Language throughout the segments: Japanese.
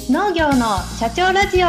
農業の社長ラジオ。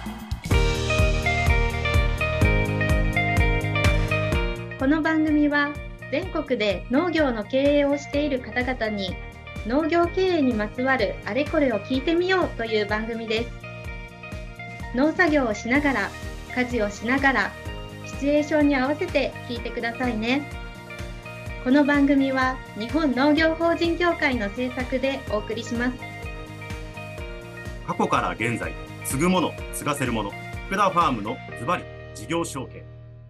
この番組は全国で農業の経営をしている方々に農業経営にまつわるあれこれを聞いてみようという番組です。農作業をしながら、家事をしながら、シチュエーションに合わせて聞いてくださいね。この番組は日本農業法人協会の制作でお送りします。 過去から現在、継ぐもの、継がせるもの、福田ファームのズバリ事業承継。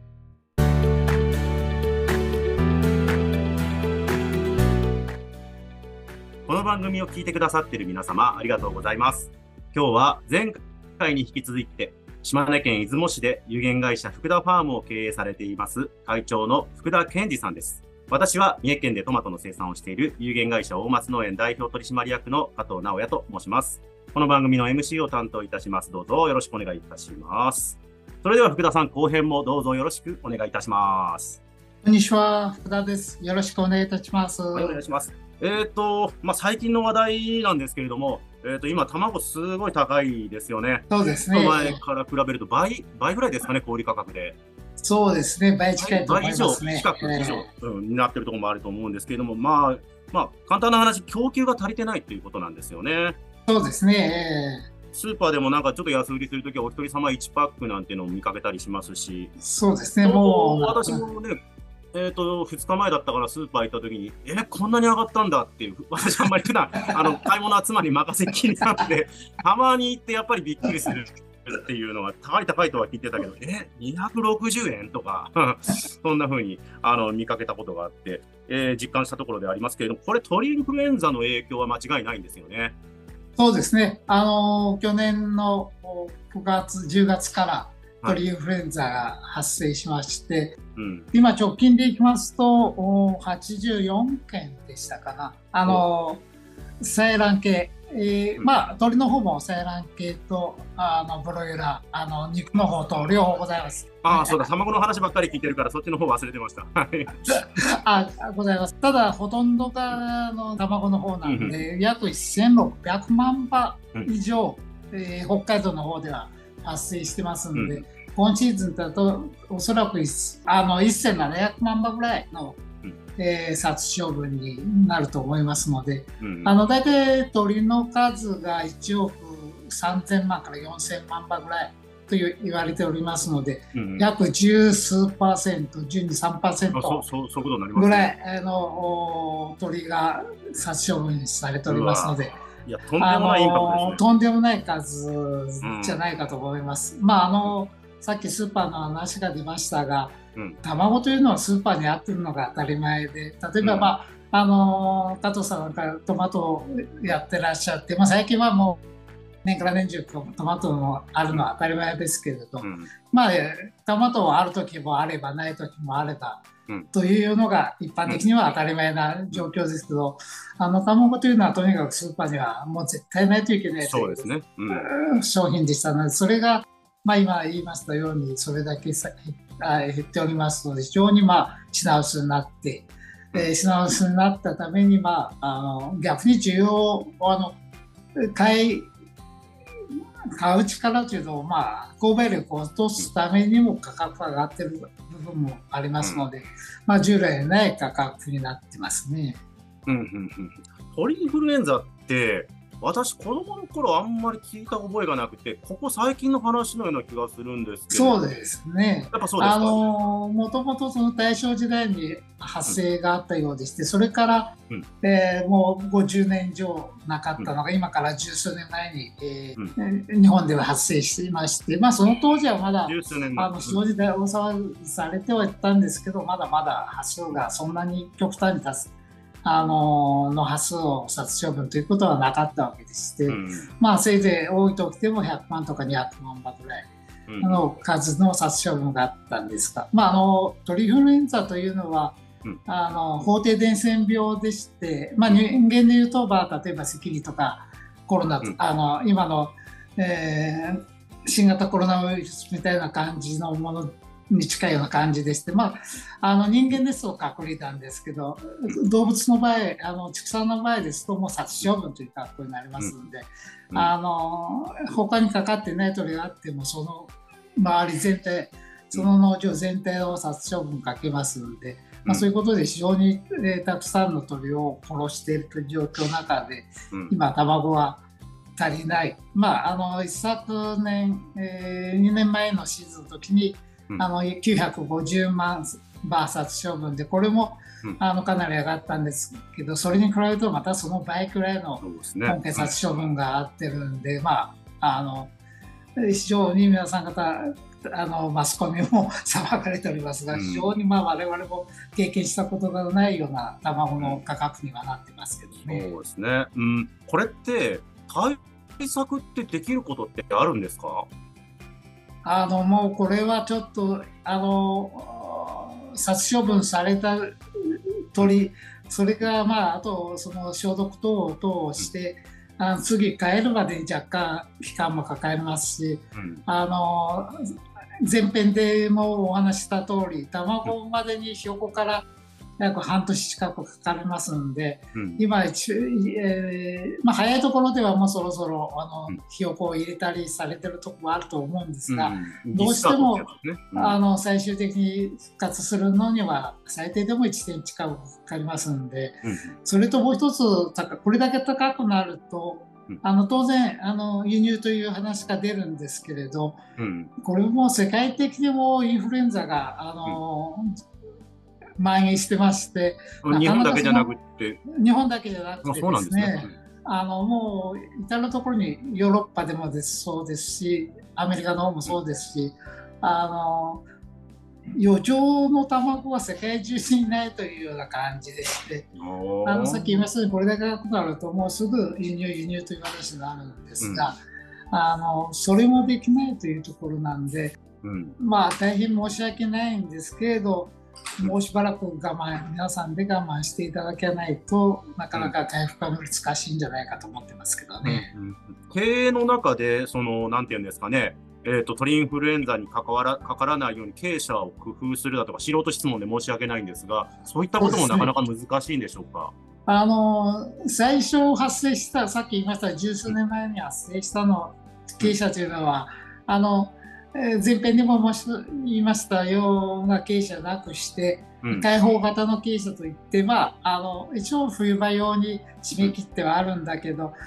この番組を聞いてくださっている皆様、ありがとうございます。今日は前回に引き続いて、島根県出雲市で有限会社福田ファームを経営されています会長の福田健二さんです。私は三重県でトマトの生産をしている有限会社大松農園代表取締役の加藤直也と申します。この番組の MC を担当いたします。どうぞよろしくお願いいたします。それでは福田さん、後編もどうぞよろしくお願いいたします。 こんにちは、福田です。よろしくお願いいたします。 はい、お願いします。最近の話題なんですけれども、今卵すごい高いですよね。 そうですね。 前から比べると倍ぐらいですかね、小売価格で。 そうですね、倍近いと思いますね。 近く以上、になってるところもあると思うんですけれども、簡単な話、供給が足りてないということなんですよね。 そうですね。 スーパーでもなんかちょっと安売りするときはお一人様1パックなんていうのを見かけたりしますし。 そうですね、もう。 私もね、2日前だったからスーパー行ったときに、こんなに上がったんだっていう、私あんまり普段買い物は妻に任せっきりなので、たまに行ってやっぱりびっくりするっていうのは、高いとは聞いてたけど、260円とか、そんな風に見かけたことがあって、実感したところでありますけれども、これ鳥インフルエンザの影響は間違いないんですよね。 そうですね。去年の9月、10月から鳥インフルエンザが発生しまして、今直近でいきますと84件でしたかな。採卵系、鳥の方も採卵系とブロイラー、肉の方と両方ございます。 そうだ、卵の話ばっかり聞いてるからそっちの方忘れてました。 ございます。ただほとんどが卵の方なんで、約1600万羽以上、北海道の方では発生してますので、今シーズンだとおそらく1700万羽ぐらいの殺処分になると思いますので、大体鳥の数が1億3000万から4000万羽ぐらいと言われておりますので、約十数%、12、3% ぐらいの鳥が殺処分されておりますので、 とんでもないインパクトですね。 とんでもない数じゃないかと思います。さっきスーパーの話が出ましたが、卵というのはスーパーにあっているのが当たり前で、例えば、加藤さんなんかトマトをやってらっしゃって、最近はもう年から年中トマトもあるのは当たり前ですけれど、トマトはある時もあればない時もあれば、というのが一般的には当たり前な状況ですけど、卵というのはとにかくスーパーにはもう絶対ないといけないという商品でしたので、それが今言いましたようにそれだけ減っておりますので、非常に品薄になって、品薄になったために逆に需要を買う力というのを購買力を落とすためにも価格が上がっている部分もありますので、従来ない価格になってますね。 鳥インフルエンザって私子供の頃あんまり聞いた覚えがなくて、ここ最近の話のような気がするんですけど。 そうですね。 やっぱそうですか。 もともとその大正時代に発生があったようでして、それから、もう50年以上なかったのが、今から十数年前に、日本では発生していまして、その当時はまだ非常に大騒ぎされてはいたんですけど、まだまだ発数がそんなに極端に達すの発数を殺処分ということはなかったわけでして、せいぜい多い時でも100万とか200万羽ぐらいの数の殺処分があったんですが、鳥インフルエンザというのは、法定伝染病でして、人間でいうと、例えば赤痢とかコロナ、今の、新型コロナウイルスみたいな感じのものに近いような感じでして、まあ、人間ですと隔離なんですけど、動物の場合、畜産の場合ですともう殺処分という格好になりますので、他にかかってない鳥があってもその周り全体、その農場全体を殺処分かけますので、そういうことで非常に、たくさんの鳥を殺しているという状況の中で、今卵は足りない。一昨年、2年前のシーズンの時に、950万羽殺処分で、これもかなり上がったんですけど、それに比べるとまたその倍くらいの本家殺処分があってるんで、非常に皆さん方マスコミも騒がれておりますが、非常に我々も経験したことがないような卵の価格にはなってますけどね。 そうですね。これって対策ってできることってあるんですか？ もうこれはちょっと殺処分された鳥、それがあとその消毒等々をして、次帰るまでに若干期間もかかりますし、前編でもお話した通り、卵までにひよこから約半年近くかかりますので、今、早いところではもうそろそろひよこを入れたりされてるところもあると思うんですが、どうしても、最終的に復活するのには最低でも1年近くかかりますので、それともう一つ、これだけ高くなると、当然輸入という話が出るんですけれど、これも世界的にもインフルエンザが蔓延してまして、 日本だけじゃなくてですね、もう至るところにヨーロッパでもそうですし、アメリカの方もそうですし、余剰の卵は世界中にないというような感じでして、さっき言いましたようにこれだけ高くなるともうすぐ輸入という話になるんですが、それもできないというところなんで、大変申し訳ないんですけれど、もうしばらく皆さんで我慢していただけないとなかなか回復が難しいんじゃないかと思ってますけどね。 経営の中でなんていうんですかね、鳥インフルエンザにかからないように経営者を工夫するだとか、素人質問で申し訳ないんですが、そういったこともなかなか難しいんでしょうか？ 最初発生した、さっき言いました十数年前に発生した経営者というのは、前編でも言いましたような経営者なくして、開放型の経営者といって一応冬場用に締め切ってはあるんだけど、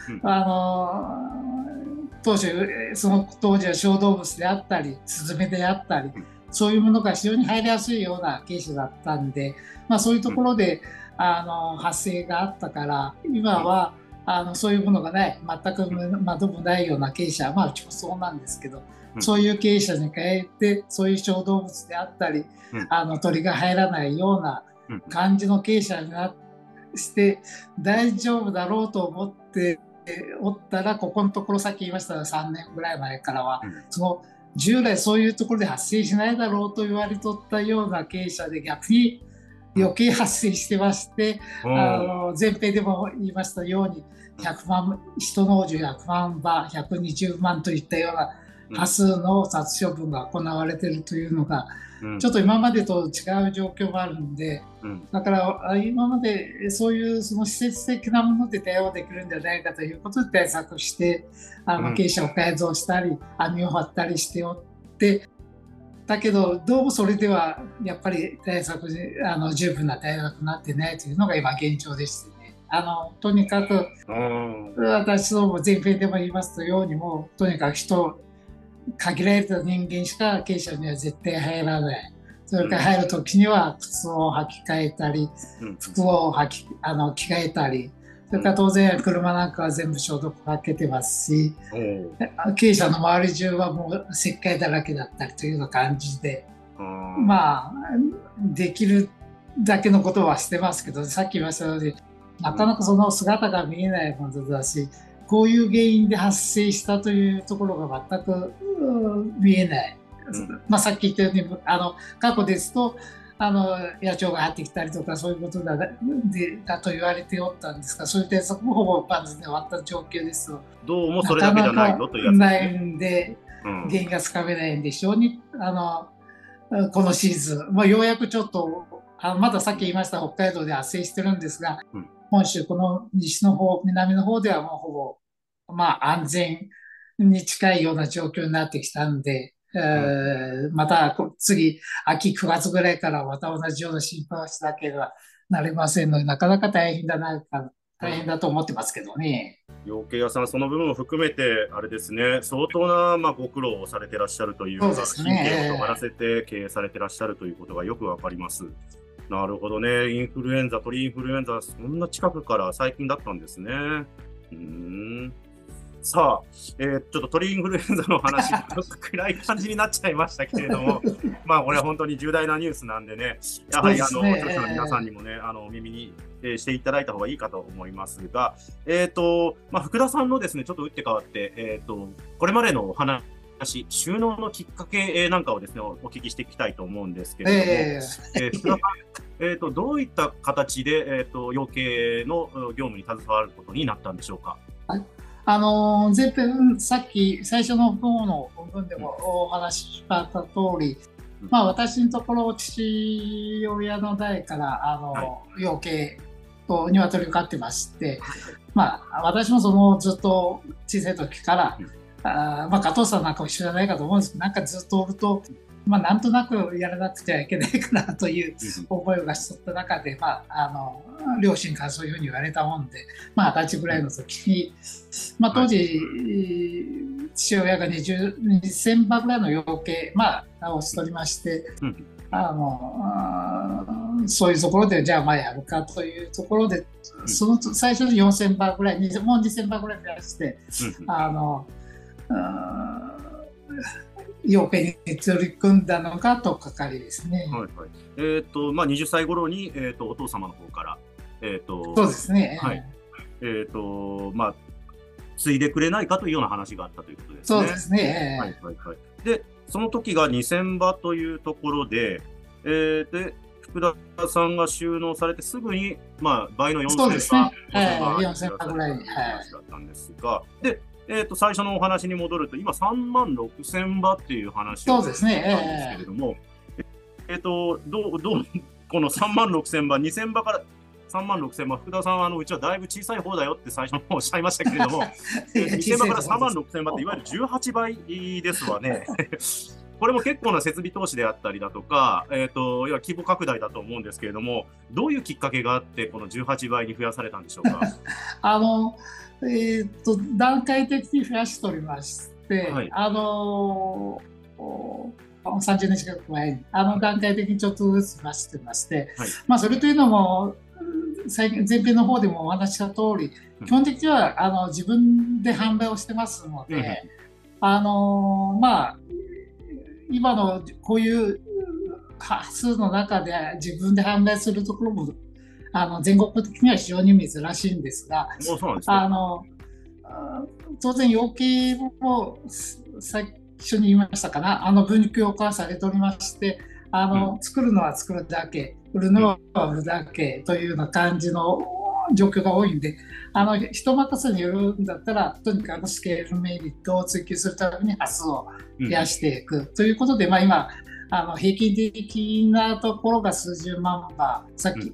その当時は小動物であったりスズメであったり、そういうものが非常に入りやすいような経営者だったんで、そういうところで発生があったから、今はそういうものがない、全く窓もないような経営者、うちもそうなんですけど、そういう経営者に変えて、そういう小動物であったり、鳥が入らないような感じの経営者にして大丈夫だろうと思っておったら、ここのところさっき言いました3年ぐらい前からは、従来そういうところで発生しないだろうと言われとったような経営者で逆に余計発生してまして、前編でも言いましたように100万一農場100万羽120万といったような多数の殺処分が行われているというのが、ちょっと今までと違う状況もあるんで、だから今までそういうその施設的なもので対応できるんじゃないかということで対策して、経営者を改造したり網を張ったりしておって、だけどどうもそれではやっぱり十分な対策になってないというのが今現状でしてね。とにかく私ども前編でも言いますように、もうとにかく限られた人間しか経営者には絶対入らない。それから入る時には靴を履き替えたり、服を着替えたり、それから当然車なんかは全部消毒かけてますし、経営者の周り中はもう石灰だらけだったりというような感じで、できるだけのことはしてますけど、さっき言いましたようになかなかその姿が見えないものだし、こういう原因で発生したというところが全く見えない。さっき言ったように過去ですと野鳥が入ってきたりとかそういうことだと言われておったんですが、そういう対策もほぼ万全で終わった状況ですと、 どうもそれだけじゃないのというやつですね。 ないんで、原因がつかめないんで、非常にこのシーズン、ようやくちょっとまださっき言いました北海道で発生してるんですが、本州この西の方、南の方ではもうほぼ、安全に近いような状況になってきたんで、また次、秋9月ぐらいからまた同じような心配をしなければなりませんので、なかなか大変だと思ってますけどね。 養鶏屋さん、その部分を含めて、あれですね、相当な、ご苦労をされてらっしゃるというか、神経を尖らせて経営されてらっしゃるということがよくわかります。なるほどね。インフルエンザ、鳥インフルエンザ、そんな近くから最近だったんですね。さあ、ちょっと鳥インフルエンザの話、ちょっと暗い感じになっちゃいましたけれども、これは本当に重大なニュースなんでね、やはり視聴者の皆さんにもね、お耳にしていただいた方がいいかと思いますが、福田さんのですね、ちょっと打って変わって、これまでのお話、収納のきっかけなんかをですね、お聞きしていきたいと思うんですけれども、福田さん、どういった形で、養鶏の業務に携わることになったんでしょうか。 前編、さっき最初の方の部分でもお話しした通り、私のところ父親の代から養鶏と鶏を飼ってまして、私もずっと小さい時から、加藤さんなんかも一緒じゃないかと思うんですけど、なんかずっとおると、なんとなくやらなくてはいけないかなという思いがしとった中で、両親からそういうふうに言われたもんで、20歳ぐらいの時に、当時、父親が2000羽ぐらいの養鶏、をしておりまして、そういうところで、じゃあやるかというところで、その最初に4000羽ぐらい、もう2000羽ぐらい増やして、養鶏に取り組んだのがとっかかりですね。 20歳頃に、お父様の方から、 そうですね。 継いでくれないかというような話があったということですね。 そうですね。 で、その時が2000羽というところで、福田さんが収納されてすぐに、倍の4000羽、 4000羽ぐらいに、 だったんですが、で、最初のお話に戻ると、今3万6000羽っていう話をしたんですけれども、この3万6000羽、2000羽から3万6000羽、福田さんはうちはだいぶ小さい方だよって最初の方おっしゃいましたけれども、2000羽から3万6000羽っていわゆる18倍ですわね。これも結構な設備投資であったりだとか、規模拡大だと思うんですけれども、どういうきっかけがあって、この18倍に増やされたんでしょうか。 段階的に増やしておりまして、30年近く前に段階的にちょっとずつ増やしてまして、それというのも前編の方でもお話した通り、基本的には自分で販売をしてますので、今のこういう数の中で自分で販売するところも全国的には非常に珍しいんですが、当然養鶏も最初に言いましたかな、分業化されておりまして、作るのは作るだけ、売るのは売るだけというような感じの状況が多いんで、人任せによるんだったら、とにかくスケールメリットを追求するために発数を増やしていくということで、今平均的なところが数十万羽、さっき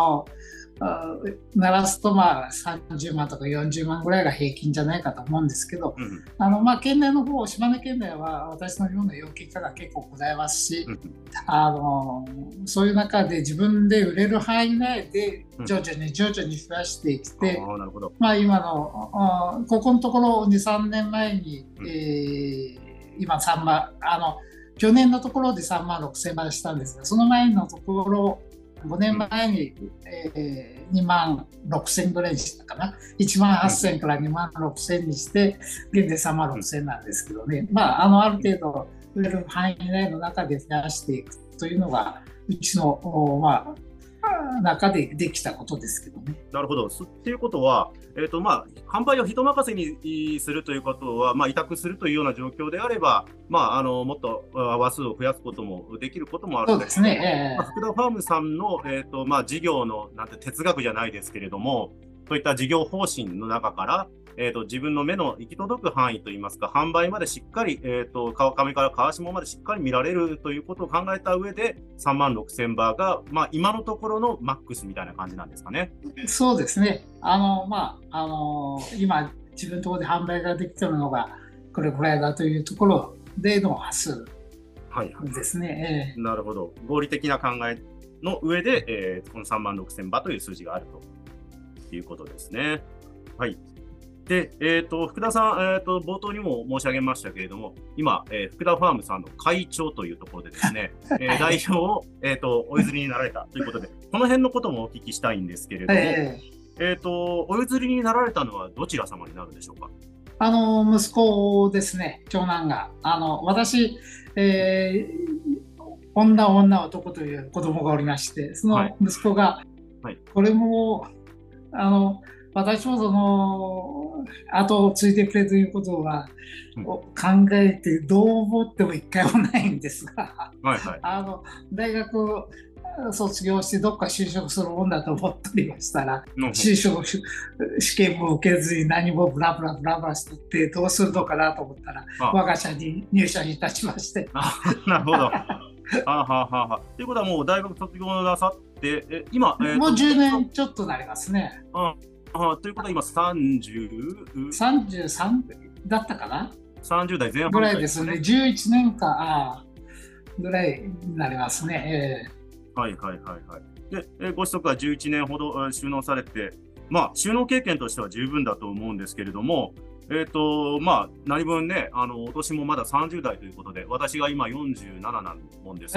鳴らすと30万とか40万ぐらいが平均じゃないかと思うんですけど、県内の方、島根県内は私のような養鶏家が結構ございますし、そういう中で自分で売れる範囲内で徐々に増やしてきて、今のここのところ 2,3 年前に、今3万去年のところで3万6000羽したんですが、その前のところ5年前に、2万6000ぐらいにしたかな、1万8000から2万6000にして、現在3万6000なんですけどね、ある程度売れる範囲内の中で増やしていくというのが、うちの、中でできたことですけどね。 なるほど。ということは、販売を人任せにするということは、委託するというような状況であれば、もっと話数を増やすこともできることもあるんですけど、福田ファームさんの、事業の哲学じゃないですけれども、 そういった事業方針の中から、自分の目の行き届く範囲といいますか、販売までしっかり、川上から川下までしっかり見られるということを考えた上で、36,000羽が、まあ、今のところのマックスみたいな感じなんですかね。 そうですね。今、自分のところで販売ができているのが、これくらいだというところでの端数ですね。 なるほど。合理的な考えの上で、この36,000羽という数字があるということですね。はい。で、福田さん、冒頭にも申し上げましたけれども、今、福田ファームさんの会長というところでですね、代表を、お譲りになられたということで、この辺のこともお聞きしたいんですけれども、お譲りになられたのはどちら様になるんでしょうか？ 息子ですね、長男が。私、女、男という子供がおりまして、その息子が、これも、私もその後を継いでくれということは、考えてどう思っても一回もないんですが、大学卒業してどっか就職するもんだと思っておりましたら、就職試験も受けずに何もブラブラしてってどうするのかなと思ったら、我が社に入社いたしまして。 なるほど。ということはもう大学卒業なさって、今、 もう10年ちょっとなりますね。 ということは今 33だったかな、 30代前半ぐらいですね。11年間ぐらいになりますね。 で、ご子息は11年ほど収納されて、まあ、収納経験としては十分だと思うんですけれども、まあ、何分ね、お年もまだ30代ということで、私が今47なもんですから、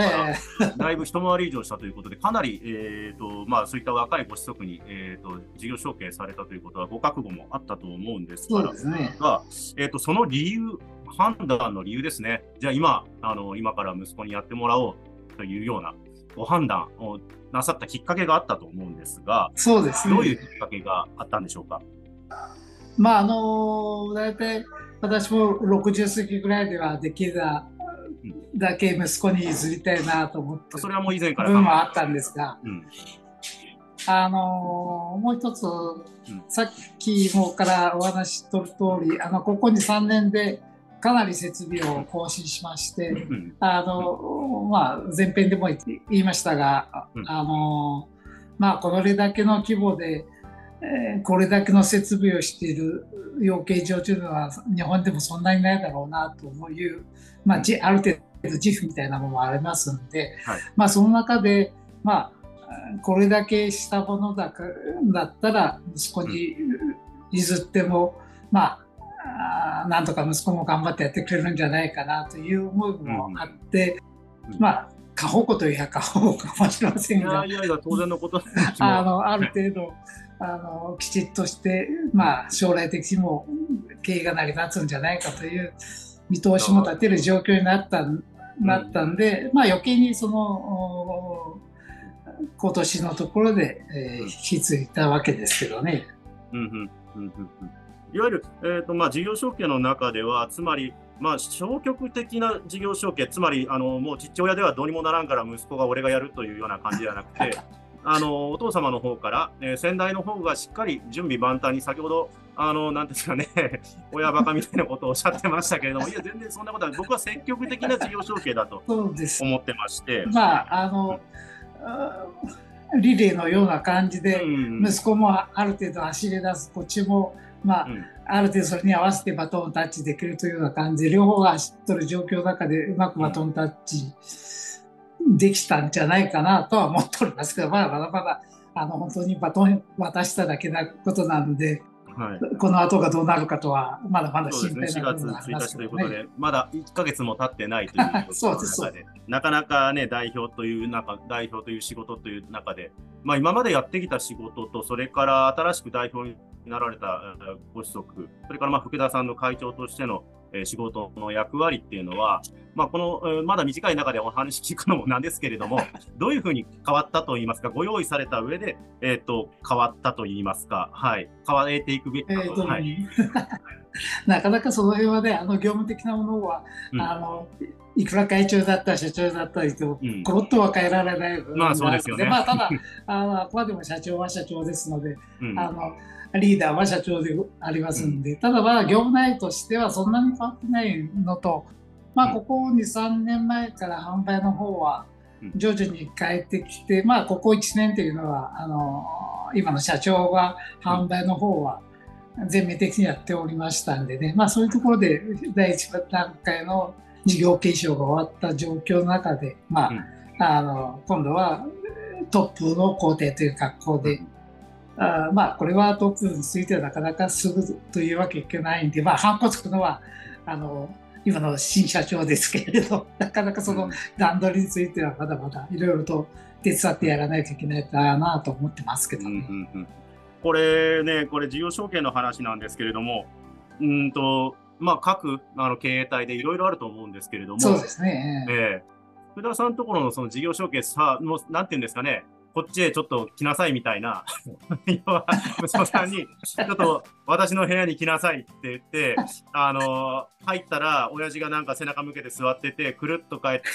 だいぶ一回り以上したということで、かなり、まあ、そういった若いご子息に、事業承継されたということは、ご覚悟もあったと思うんですから、その理由、判断の理由ですね。じゃあ今から息子にやってもらおうというようなご判断をなさったきっかけがあったと思うんですが、 そうですね。 どういうきっかけがあったんでしょうか？ まあ大体私も60過ぎぐらいではできるだけ息子に譲りたいなと思って、 それはもう以前から部分もあったんですが、もう一つ、さっきもからお話しとる通り、ここに3年でかなり設備を更新しまして、まあ、前編でも言いましたが、まあ、これだけの規模でこれだけの設備をしている養鶏場というのは日本でもそんなにないだろうなという、まあ、ある程度自負みたいなものもありますので、まあ、その中で、まあ、これだけしたものだったら息子に譲っても、まあ、なんとか息子も頑張ってやってくれるんじゃないかなという思いもあって、まあ過保護といえば過保護かもしれませんが、 当然のことある程度きちっとして、まあ、将来的にも経営が成り立つんじゃないかという見通しも立てる状況になったんで、まあ、余計にその今年のところで、引き継いだわけですけどね。 いわゆる、まあ、事業承継の中では、つまり、まあ、消極的な事業承継、つまりもう父親ではどうにもならんから息子が俺がやるというような感じではなくて、お父様の方から、先代の方がしっかり準備万端に、先ほどなんですかね親バカみたいなことをおっしゃってましたけれども、いや全然そんなことは僕は積極的な事業承継だと思ってまして、 まあリレーのような感じで息子もある程度走り出す、こっちもまあ、ある程度それに合わせてバトンタッチできるというような感じで両方が走ってる状況の中でうまくバトンタッチできたんじゃないかなとは思っておりますけど、まだまだ本当にバトン渡しただけなことなので、この後がどうなるかとはまだまだ心配なことがありますけどね。4月1日ということでまだ1ヶ月も経ってないという中でなかなかね代表という仕事という中で、まあ、今までやってきた仕事とそれから新しく代表になられたご子息、それからまあ福田さんの会長としての仕事の役割っていうのは、まあ、このまだ短い中でお話聞くのもなんですけれども、どういうふうに変わったといいますか、ご用意された上で、変わったといいますか、変えていくべきかと。 なかなかその辺はね、業務的なものは、 うんいくら会長だったり社長だったりと、コロッとは変えられない部分があるので、 まあそうですよねまあ、ただあくまでも社長は社長ですので、 うんリーダーは社長でありますんで、ただまあ業務内容としてはそんなに変わってないのと、まあ、ここ2、3年前から販売の方は徐々に変えてきて、まあ、ここ1年というのは今の社長が販売の方は全面的にやっておりましたんでね、まあ、そういうところで第一段階の事業継承が終わった状況の中で、まあ、今度はトップの工程という格好で、まあこれはトップについてはなかなかすぐというわけいけないんで、まあ、ハンコつくのは今の新社長ですけれど、なかなかその段取りについてはまだまだいろいろと手伝ってやらないといけないなと思ってますけどね。 これ事業承継の話なんですけれども、まあ、各経営体でいろいろあると思うんですけれども、 そうですね。 福田さんのところのその事業承継もうなんていうんですかね、こっちへちょっと来なさいみたいな、息子さんに、ちょっと私の部屋に来なさいって言って、入ったら、親父がなんか背中向けて座ってて、くるっと帰って、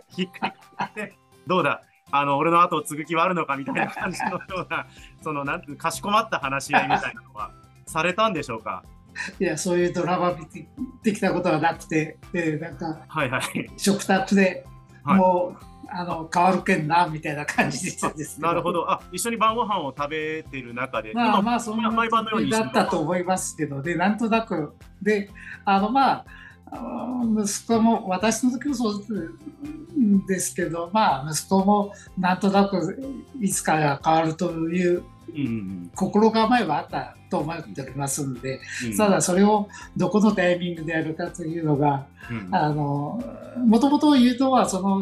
ひっくり返って、どうだ、俺の後を継ぐ気はあるのかみたいな感じのような、なんていうかしこまった話し合いみたいなのはされたんでしょうか。 いや、そういうドラマ的なことはなくて、なんか、食卓でもう、変わるけんなみたいな感じでしたですなるほど。一緒に晩ご飯を食べてる中で、 まあそんな毎晩のようにだったと思いますけど、でなんとなくでまあ息子も私の時もそうですけど、まあ息子もなんとなくいつかが変わるという心構えはあったと思っておりますんで、ただそれをどこのタイミングでやるかというのが、もともと言うとは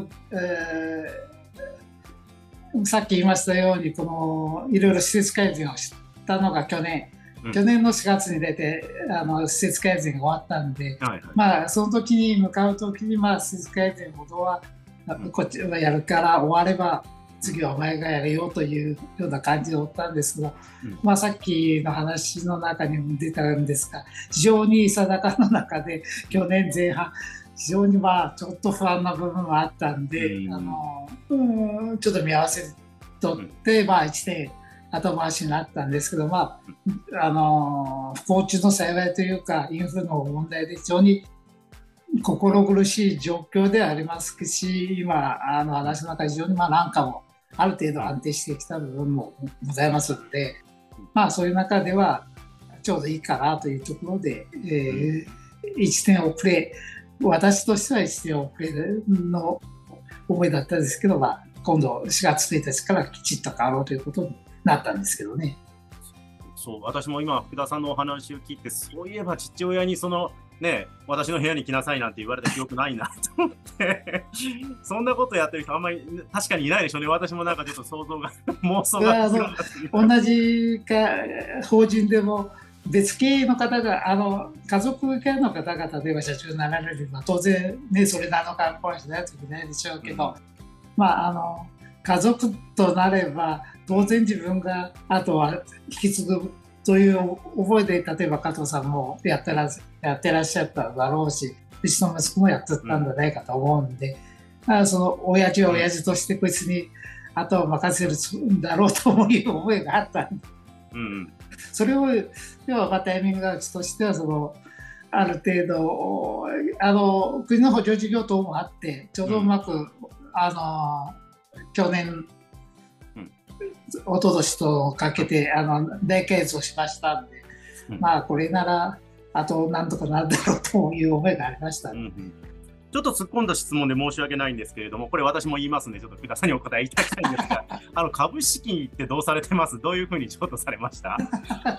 さっき言いましたようにいろいろ施設改善をしたのが去年の4月に出て施設改善が終わったんで、まあその時に向かう時に施設改善ほどはこっちはやるから終われば次はお前がやれよというような感じでおったんですけど、まあさっきの話の中にも出たんですが、非常に定かの中で去年前半非常にちょっと不安な部分はあったんで、ちょっと見合わせとって1年後回しになったんですけど、不幸中の幸いというかインフルの問題で非常に心苦しい状況でありますし、今話の中で非常になんかもある程度安定してきた部分もございますので、そういう中ではちょうどいいかなというところで、1年遅れ、私としては1年遅れの思いだったんですけど、今度4月1日からきちっと変わろうということになったんですけどね。 そう、私も今福田さんのお話を聞いて、そういえば父親に私の部屋に来なさいなんて言われた記憶ないなと思ってそんなことやってる人あんまり確かにいないでしょうね。私もなんかちょっと妄想が同じ法人でも別系の方が家族系の方々では社長になられるのは当然それなのかもしれないといけないでしょうけど、家族となれば当然自分があとは引き継ぐという覚えで、例えば加藤さんもやってらっしゃっただろうし、うちの息子もやってたんじゃないかと思うんで、その親父は親父として別にあとは任せるんだろうという思いがあったんで、それをではタイミングがうちとしてはある程度国の補助事業等もあってちょうどうまく、去年一昨年とかけて大改造しましたんで、これならあとなんとかなるだろうという思いがありました、 ちょっと突っ込んだ質問で申し訳ないんですけれども、これ私も言いますのでちょっと福田さんにお答えいただきたいんですが株式ってどうされてます？どういうふうにちょっとされました？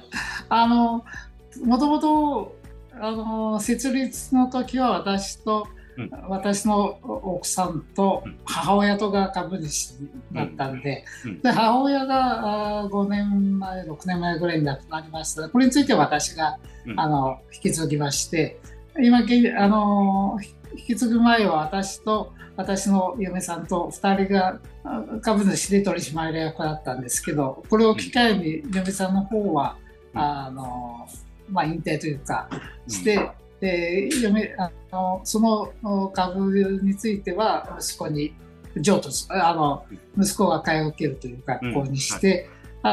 もともと設立の時は私の奥さんと母親とが株主だったんで、母親が5年前6年前ぐらいに亡くなりました。これについては私が引き継ぎまして、今引き継ぐ前は私と私の嫁さんと2人が株主で取締役だったんですけど、これを機会に嫁さんの方は引退というかして、その株については息子に譲渡息子が通い受けるという学校にして、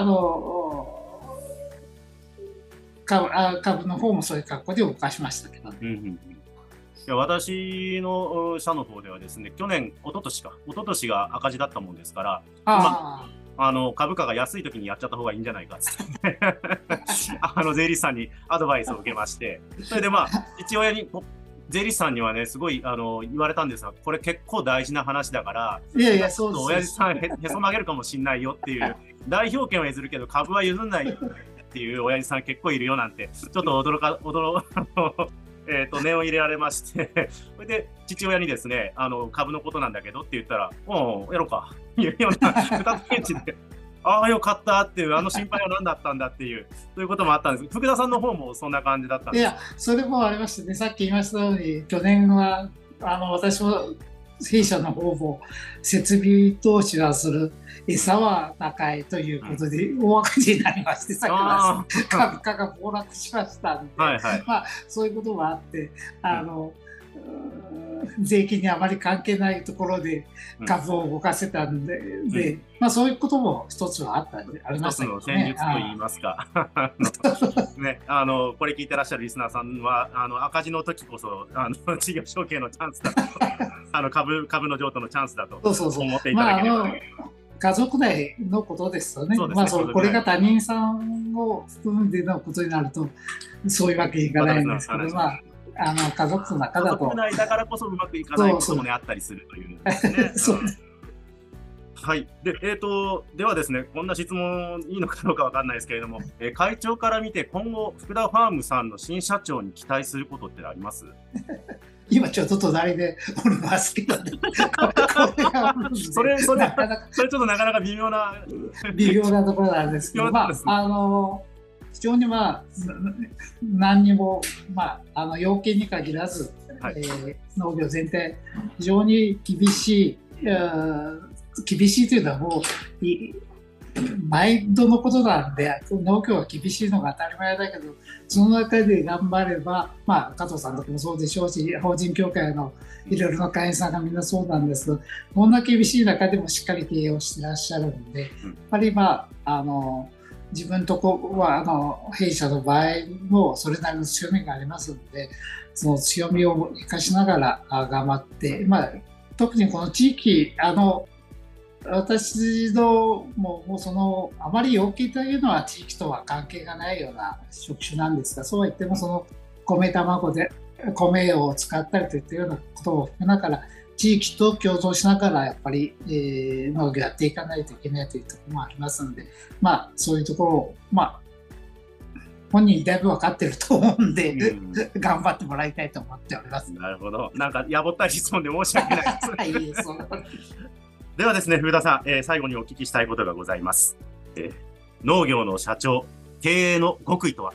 株の方もそういう格好で動かしましたけど、ね。 いや、私の社の方ではですね、一昨年が赤字だったもんですから、株価が安い時にやっちゃった方がいいんじゃないかっつって税理士さんにアドバイスを受けまして、それで父親に税理士さんにはね、すごい言われたんですが、これ結構大事な話だから、そう、親父さんへそ曲げるかもしんないよっていう、代表権は譲るけど株は譲んないっていう親父さん結構いるよなんて、ちょっと念を入れられましてそれで父親にですね、株のことなんだけどって言ったら、やろうかいうような二つ返事でああよかったっていう、心配は何だったんだっていう、そういうこともあったんです。福田さんの方もそんな感じだったんですか？ いや、それもありましてね、さっき言いましたように、去年は私も弊社の方も設備投資はする、餌は高いということで大赤字になりまして、さっき株価が暴落しましたんで、そういうこともあって、税金にあまり関係ないところで株を動かせたんで、そういうことも一つはありましたけどね。 一つの戦術といいますかね、これ聞いてらっしゃるリスナーさんは赤字の時こそ事業承継のチャンスだと株の譲渡のチャンスだと思っていただければ、 家族内のことですよね。これが他人さんを含んでのことになるとそういうわけにいかないんですけど、家族の中だと。 家族内だからこそうまくいかないこともね、あったりするというですね。はい。ではですね、こんな質問いいのかどうかわかんないですけれども、会長から見て今後、福田ファームさんの新社長に期待することってあります？ 今ちょっと隣でおりますけどね。 それちょっとなかなか微妙なところなんですけど、非常に何にも要件に限らず、農業全体非常に厳しいというのはもう毎度のことなんで、農業は厳しいのが当たり前だけど、その中で頑張れば、加藤さんとかもそうでしょうし、法人協会のいろいろな会員さんがみんなそうなんですけど、こんな厳しい中でもしっかり経営をしてらっしゃるので、やっぱり自分とこは弊社の場合もそれなりの強みがありますので、その強みを生かしながら頑張って、特にこの地域私のもうあまり要求というのは地域とは関係がないような職種なんですが、そうは言ってもその卵で米を使ったりといったようなことを含めながら地域と共存しながらやっぱり、農業やっていかないといけないというところもありますので、そういうところを本人だいぶ分かってると思うんで、頑張ってもらいたいと思っております。 なるほど。なんかやぼったい質問で申し訳ないです。ではですね、福田さん、最後にお聞きしたいことがございます。農業の社長、経営の極意とは？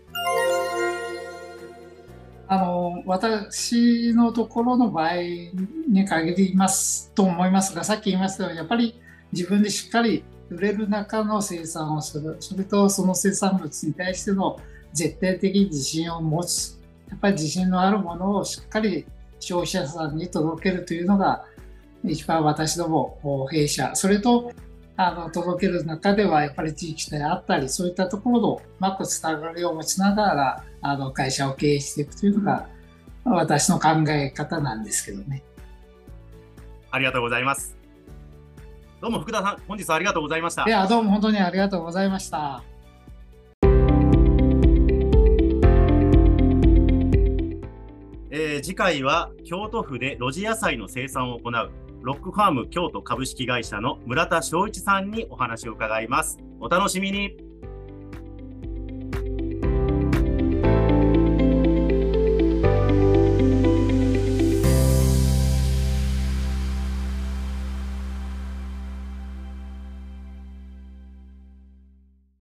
私のところの場合に限りますと思いますが、さっき言いましたように、やっぱり自分でしっかり売れる中の生産をする、それとその生産物に対しての絶対的に自信を持つ、やっぱり自信のあるものをしっかり消費者さんに届けるというのが一番私ども弊社、それと届ける中ではやっぱり地域であったり、そういったところのうまくつながりを持ちながら会社を経営していくというのが私の考え方なんですけどね。 ありがとうございます。どうも福田さん、本日はありがとうございました。 いや、どうも本当にありがとうございました。 次回は京都府で露地野菜の生産を行うロックファーム京都株式会社の村田正一さんにお話を伺います。お楽しみに。